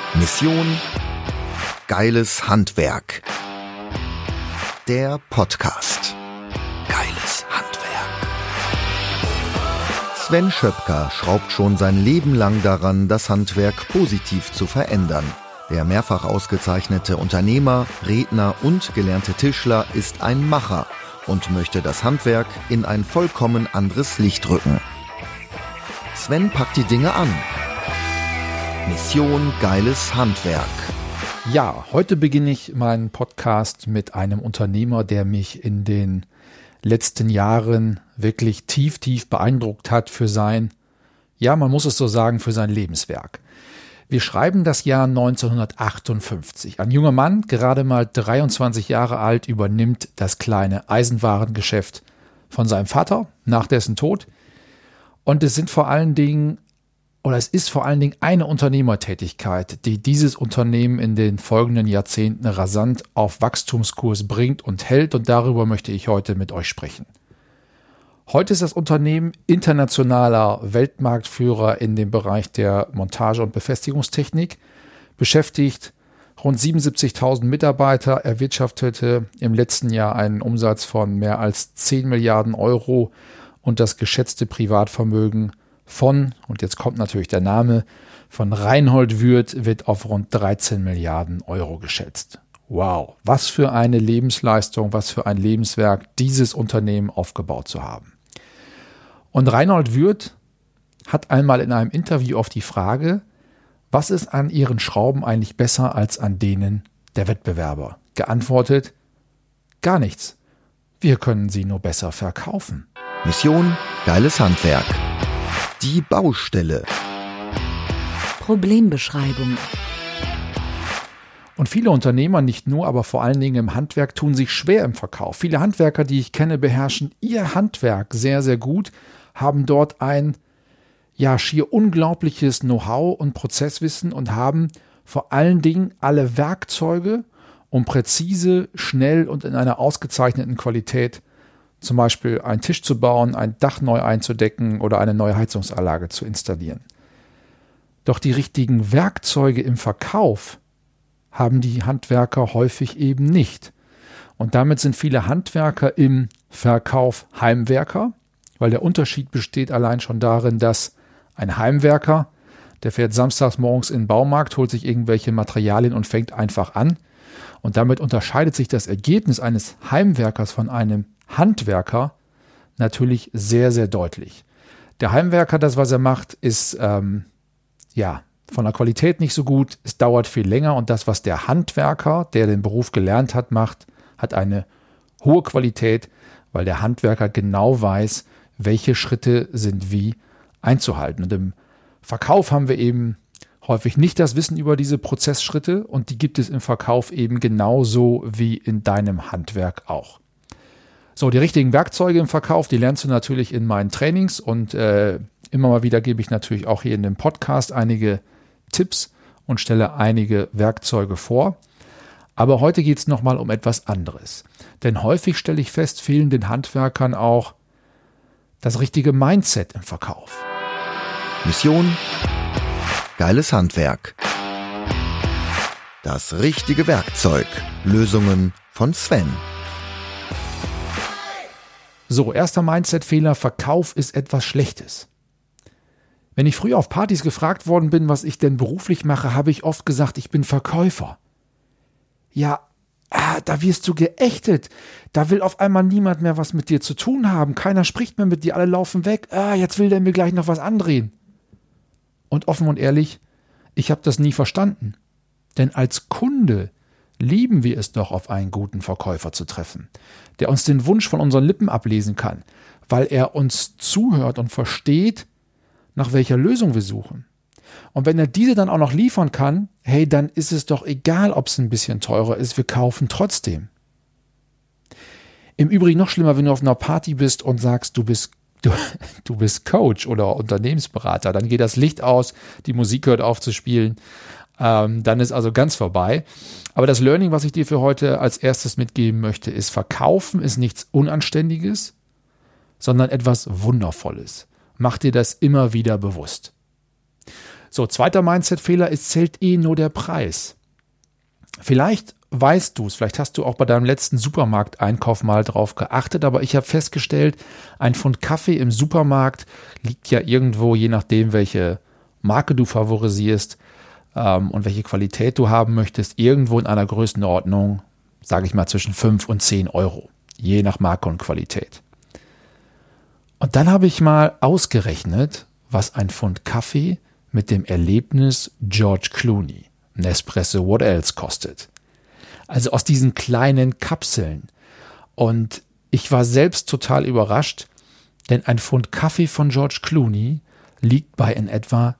Mission Geiles Handwerk. Der Podcast. Geiles Handwerk. Sven Schöpker schraubt schon sein Leben lang daran, das Handwerk positiv zu verändern. Der mehrfach ausgezeichnete Unternehmer, Redner und gelernte Tischler ist ein Macher und möchte das Handwerk in ein vollkommen anderes Licht rücken. Sven packt die Dinge an. Mission Geiles Handwerk. Ja, heute beginne ich meinen Podcast mit einem Unternehmer, der mich in den letzten Jahren wirklich tief beeindruckt hat für sein, ja, man muss es so sagen, für sein Lebenswerk. Wir schreiben das Jahr 1958. Ein junger Mann, gerade mal 23 Jahre alt, übernimmt das kleine Eisenwarengeschäft von seinem Vater nach dessen Tod. Und es ist vor allen Dingen eine Unternehmertätigkeit, die dieses Unternehmen in den folgenden Jahrzehnten rasant auf Wachstumskurs bringt und hält. Und darüber möchte ich heute mit euch sprechen. Heute ist das Unternehmen internationaler Weltmarktführer in dem Bereich der Montage- und Befestigungstechnik, beschäftigt rund 77.000 Mitarbeiter, erwirtschaftete im letzten Jahr einen Umsatz von mehr als 10 Milliarden Euro und das geschätzte Privatvermögen von, und jetzt kommt natürlich der Name, von Reinhold Würth wird auf rund 13 Milliarden Euro geschätzt. Wow, was für eine Lebensleistung, was für ein Lebenswerk, dieses Unternehmen aufgebaut zu haben. Und Reinhold Würth hat einmal in einem Interview auf die Frage, was ist an ihren Schrauben eigentlich besser als an denen der Wettbewerber, geantwortet, gar nichts. Wir können sie nur besser verkaufen. Mission Geiles Handwerk. Die Baustelle. Problembeschreibung. Und viele Unternehmer, nicht nur, aber vor allen Dingen im Handwerk, tun sich schwer im Verkauf. Viele Handwerker, die ich kenne, beherrschen ihr Handwerk sehr, sehr gut, haben dort ein schier unglaubliches Know-how und Prozesswissen und haben vor allen Dingen alle Werkzeuge, um präzise, schnell und in einer ausgezeichneten Qualität zum Beispiel einen Tisch zu bauen, ein Dach neu einzudecken oder eine neue Heizungsanlage zu installieren. Doch die richtigen Werkzeuge im Verkauf haben die Handwerker häufig eben nicht. Und damit sind viele Handwerker im Verkauf Heimwerker, weil der Unterschied besteht allein schon darin, dass ein Heimwerker, der fährt samstags morgens in den Baumarkt, holt sich irgendwelche Materialien und fängt einfach an. Und damit unterscheidet sich das Ergebnis eines Heimwerkers von einem Handwerker natürlich sehr, sehr deutlich. Der Heimwerker, das, was er macht, ist von der Qualität nicht so gut, es dauert viel länger und das, was der Handwerker, der den Beruf gelernt hat, macht, hat eine hohe Qualität, weil der Handwerker genau weiß, welche Schritte sind wie einzuhalten. Und im Verkauf haben wir eben häufig nicht das Wissen über diese Prozessschritte und die gibt es im Verkauf eben genauso wie in deinem Handwerk auch. So, die richtigen Werkzeuge im Verkauf, die lernst du natürlich in meinen Trainings und immer mal wieder gebe ich natürlich auch hier in dem Podcast einige Tipps und stelle einige Werkzeuge vor. Aber heute geht es nochmal um etwas anderes. Denn häufig stelle ich fest, fehlen den Handwerkern auch das richtige Mindset im Verkauf. Mission Geiles Handwerk. Das richtige Werkzeug. Lösungen von Sven. So, erster Mindset-Fehler, Verkauf ist etwas Schlechtes. Wenn ich früher auf Partys gefragt worden bin, was ich denn beruflich mache, habe ich oft gesagt, ich bin Verkäufer. Ja, da wirst du geächtet. Da will auf einmal niemand mehr was mit dir zu tun haben. Keiner spricht mehr mit dir, alle laufen weg. Jetzt will der mir gleich noch was andrehen. Und offen und ehrlich, ich habe das nie verstanden. Denn als Kunde lieben wir es doch, auf einen guten Verkäufer zu treffen, der uns den Wunsch von unseren Lippen ablesen kann, weil er uns zuhört und versteht, nach welcher Lösung wir suchen. Und wenn er diese dann auch noch liefern kann, hey, dann ist es doch egal, ob es ein bisschen teurer ist, wir kaufen trotzdem. Im Übrigen noch schlimmer, wenn du auf einer Party bist und sagst, du bist Coach oder Unternehmensberater, dann geht das Licht aus, die Musik hört auf zu spielen, dann ist also ganz vorbei. Aber das Learning, was ich dir für heute als erstes mitgeben möchte, ist, Verkaufen ist nichts Unanständiges, sondern etwas Wundervolles. Mach dir das immer wieder bewusst. So, zweiter Mindset-Fehler, es zählt nur der Preis. Vielleicht weißt du es, vielleicht hast du auch bei deinem letzten Supermarkteinkauf mal drauf geachtet, aber ich habe festgestellt, ein Pfund Kaffee im Supermarkt liegt ja irgendwo, je nachdem, welche Marke du favorisierst und welche Qualität du haben möchtest, irgendwo in einer Größenordnung, sage ich mal, zwischen 5 und 10 Euro, je nach Marke und Qualität. Und dann habe ich mal ausgerechnet, was ein Pfund Kaffee mit dem Erlebnis George Clooney, Nespresso What Else kostet. Also aus diesen kleinen Kapseln. Und ich war selbst total überrascht, denn ein Pfund Kaffee von George Clooney liegt bei in etwa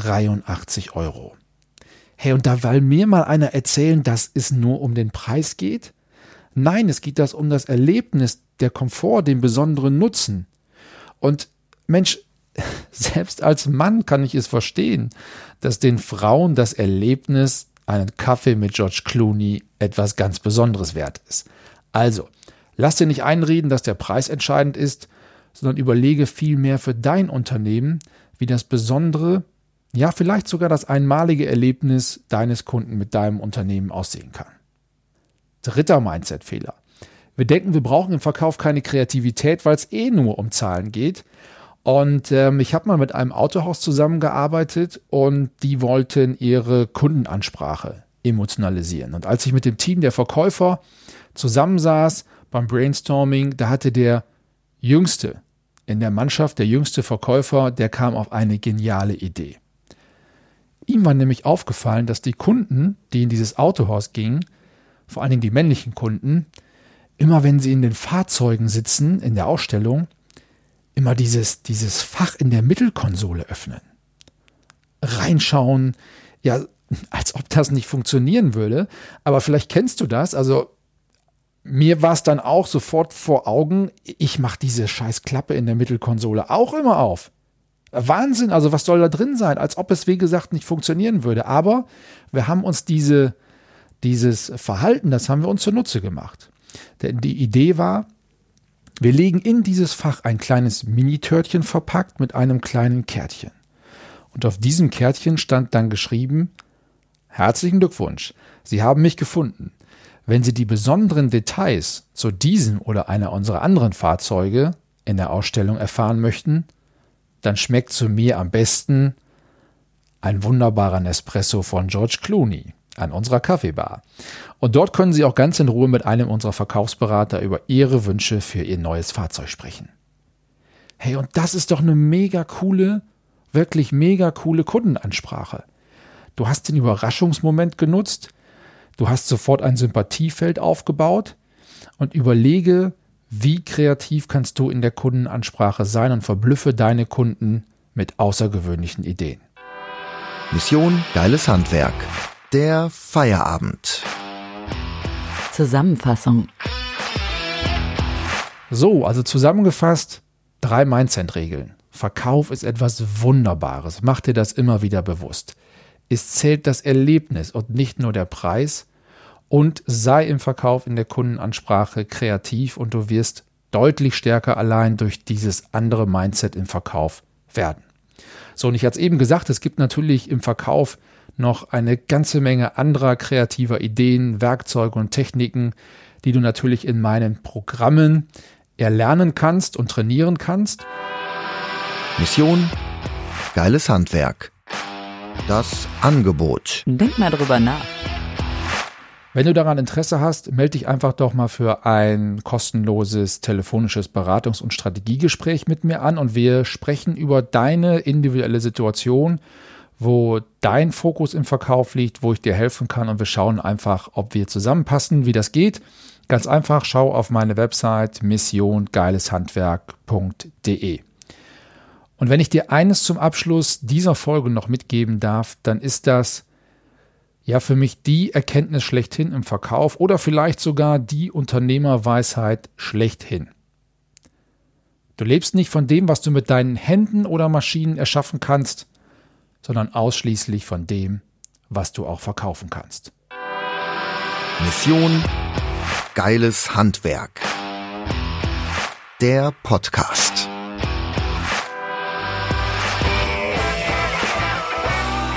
83 Euro. Hey, und da will mir mal einer erzählen, dass es nur um den Preis geht? Nein, es geht um das Erlebnis, der Komfort, den besonderen Nutzen. Und Mensch, selbst als Mann kann ich es verstehen, dass den Frauen das Erlebnis, einen Kaffee mit George Clooney, etwas ganz Besonderes wert ist. Also, lass dir nicht einreden, dass der Preis entscheidend ist, sondern überlege vielmehr für dein Unternehmen, wie das besondere, ja vielleicht sogar das einmalige Erlebnis deines Kunden mit deinem Unternehmen aussehen kann. Dritter Mindset-Fehler. Wir denken, wir brauchen im Verkauf keine Kreativität, weil es nur um Zahlen geht. Und ich habe mal mit einem Autohaus zusammengearbeitet und die wollten ihre Kundenansprache emotionalisieren. Und als ich mit dem Team der Verkäufer zusammensaß beim Brainstorming, da hatte der Jüngste in der Mannschaft, der jüngste Verkäufer, der kam auf eine geniale Idee. Ihm war nämlich aufgefallen, dass die Kunden, die in dieses Autohaus gingen, vor allen Dingen die männlichen Kunden, immer wenn sie in den Fahrzeugen sitzen, in der Ausstellung, immer dieses Fach in der Mittelkonsole öffnen. Reinschauen, ja, als ob das nicht funktionieren würde. Aber vielleicht kennst du das. Also mir war es dann auch sofort vor Augen, ich mache diese scheiß Klappe in der Mittelkonsole auch immer auf. Wahnsinn, also was soll da drin sein? Als ob es, wie gesagt, nicht funktionieren würde. Aber wir haben uns dieses Verhalten, das haben wir uns zunutze gemacht. Denn die Idee war, wir legen in dieses Fach ein kleines Mini-Törtchen verpackt mit einem kleinen Kärtchen. Und auf diesem Kärtchen stand dann geschrieben: Herzlichen Glückwunsch, Sie haben mich gefunden. Wenn Sie die besonderen Details zu diesem oder einer unserer anderen Fahrzeuge in der Ausstellung erfahren möchten, dann schmeckt zu mir am besten ein wunderbarer Nespresso von George Clooney an unserer Kaffeebar. Und dort können Sie auch ganz in Ruhe mit einem unserer Verkaufsberater über Ihre Wünsche für Ihr neues Fahrzeug sprechen. Hey, und das ist doch eine mega coole, wirklich mega coole Kundenansprache. Du hast den Überraschungsmoment genutzt, du hast sofort ein Sympathiefeld aufgebaut und überlege, wie kreativ kannst du in der Kundenansprache sein und verblüffe deine Kunden mit außergewöhnlichen Ideen. Mission Geiles Handwerk. Der Feierabend. Zusammenfassung. So, also zusammengefasst 3 Mindset-Regeln. Verkauf ist etwas Wunderbares. Mach dir das immer wieder bewusst. Es zählt das Erlebnis und nicht nur der Preis. Und sei im Verkauf in der Kundenansprache kreativ und du wirst deutlich stärker allein durch dieses andere Mindset im Verkauf werden. So, und ich hatte es eben gesagt, es gibt natürlich im Verkauf noch eine ganze Menge anderer kreativer Ideen, Werkzeuge und Techniken, die du natürlich in meinen Programmen erlernen kannst und trainieren kannst. Mission Geiles Handwerk. Das Angebot. Denk mal drüber nach. Wenn du daran Interesse hast, melde dich einfach doch mal für ein kostenloses telefonisches Beratungs- und Strategiegespräch mit mir an und wir sprechen über deine individuelle Situation, wo dein Fokus im Verkauf liegt, wo ich dir helfen kann und wir schauen einfach, ob wir zusammenpassen, wie das geht. Ganz einfach, schau auf meine Website missiongeileshandwerk.de. Und wenn ich dir eines zum Abschluss dieser Folge noch mitgeben darf, dann ist das ja für mich die Erkenntnis schlechthin im Verkauf oder vielleicht sogar die Unternehmerweisheit schlechthin. Du lebst nicht von dem, was du mit deinen Händen oder Maschinen erschaffen kannst, sondern ausschließlich von dem, was du auch verkaufen kannst. Mission Geiles Handwerk. Der Podcast.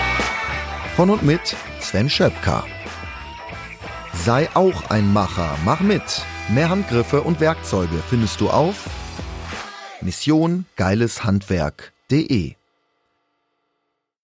Von und mit Sven Schöpker. Sei auch ein Macher, mach mit. Mehr Handgriffe und Werkzeuge findest du auf missiongeileshandwerk.de.